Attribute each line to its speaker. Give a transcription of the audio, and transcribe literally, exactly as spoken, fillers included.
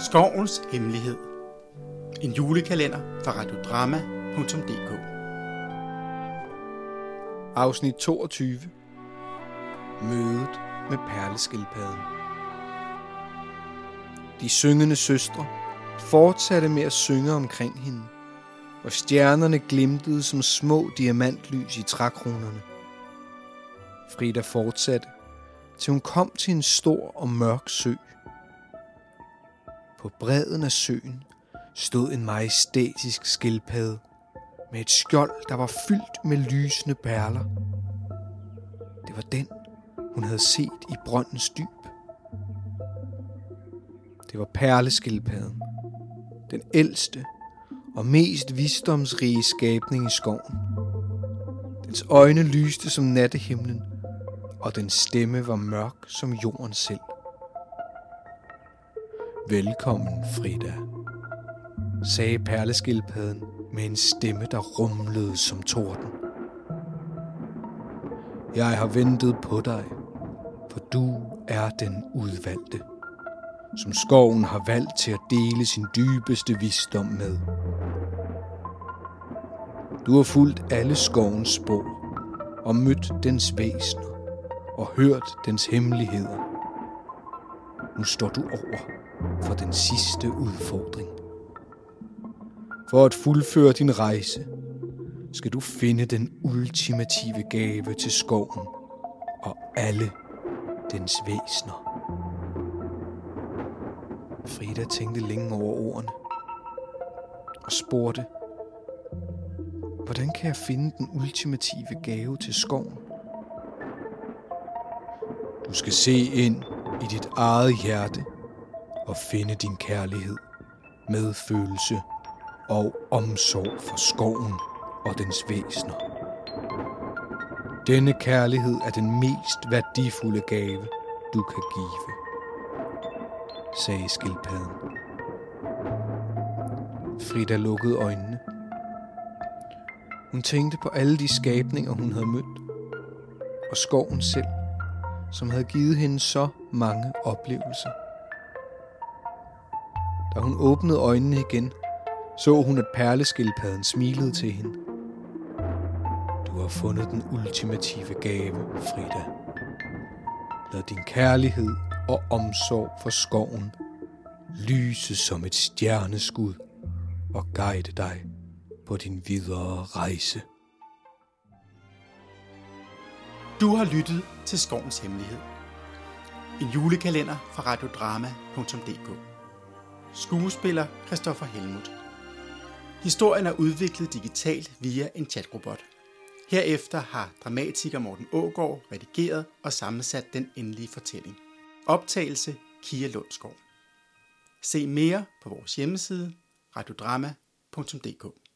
Speaker 1: Skovens hemmelighed. En julekalender fra radiodrama punktum d k.
Speaker 2: Afsnit toogtyve. Mødet med perleskildpadden. De syngende søstre fortsatte med at synge omkring hende, og stjernerne glimtede som små diamantlys i trækronerne. Frida fortsatte, til hun kom til en stor og mørk sø. På bredden af søen stod en majestætisk skildpadde med et skjold, der var fyldt med lysende perler. Det var den, hun havde set i brøndens dyb. Det var perleskildpadden, den ældste og mest visdomsrige skabning i skoven. Dens øjne lyste som nattehimlen, og dens stemme var mørk som jorden selv. Velkommen, Frida, sagde perleskildpadden med en stemme, der rumlede som torden. Jeg har ventet på dig, for du er den udvalgte, som skoven har valgt til at dele sin dybeste visdom med. Du har fulgt alle skovens spor og mødt dens væsener og hørt dens hemmeligheder. Nu står du over for den sidste udfordring. For at fuldføre din rejse, skal du finde den ultimative gave til skoven og alle dens væsener. Frida tænkte længe over ordene og spurgte, hvordan kan jeg finde den ultimative gave til skoven? Du skal se ind i dit eget hjerte og finde din kærlighed, medfølelse og omsorg for skoven og dens væsener. Denne kærlighed er den mest værdifulde gave, du kan give, sagde skildpadden. Frida lukkede øjnene. Hun tænkte på alle de skabninger, hun havde mødt, og skoven selv, som havde givet hende så mange oplevelser. Da hun åbnede øjnene igen, så hun, at perleskildpadden smilede til hende. Du har fundet den ultimative gave, Frida. Lad din kærlighed og omsorg for skoven lyse som et stjerneskud og guide dig på din videre rejse.
Speaker 1: Du har lyttet til Skovens hemmelighed. En julekalender fra radiodrama punktum d k. Skuespiller Christoffer Helmuth. Historien er udviklet digitalt via en chatrobot. Herefter har dramatiker Morten Aagaard redigeret og sammensat den endelige fortælling. Optagelse Kia Lundsgaard. Se mere på vores hjemmeside radiodrama punktum d k.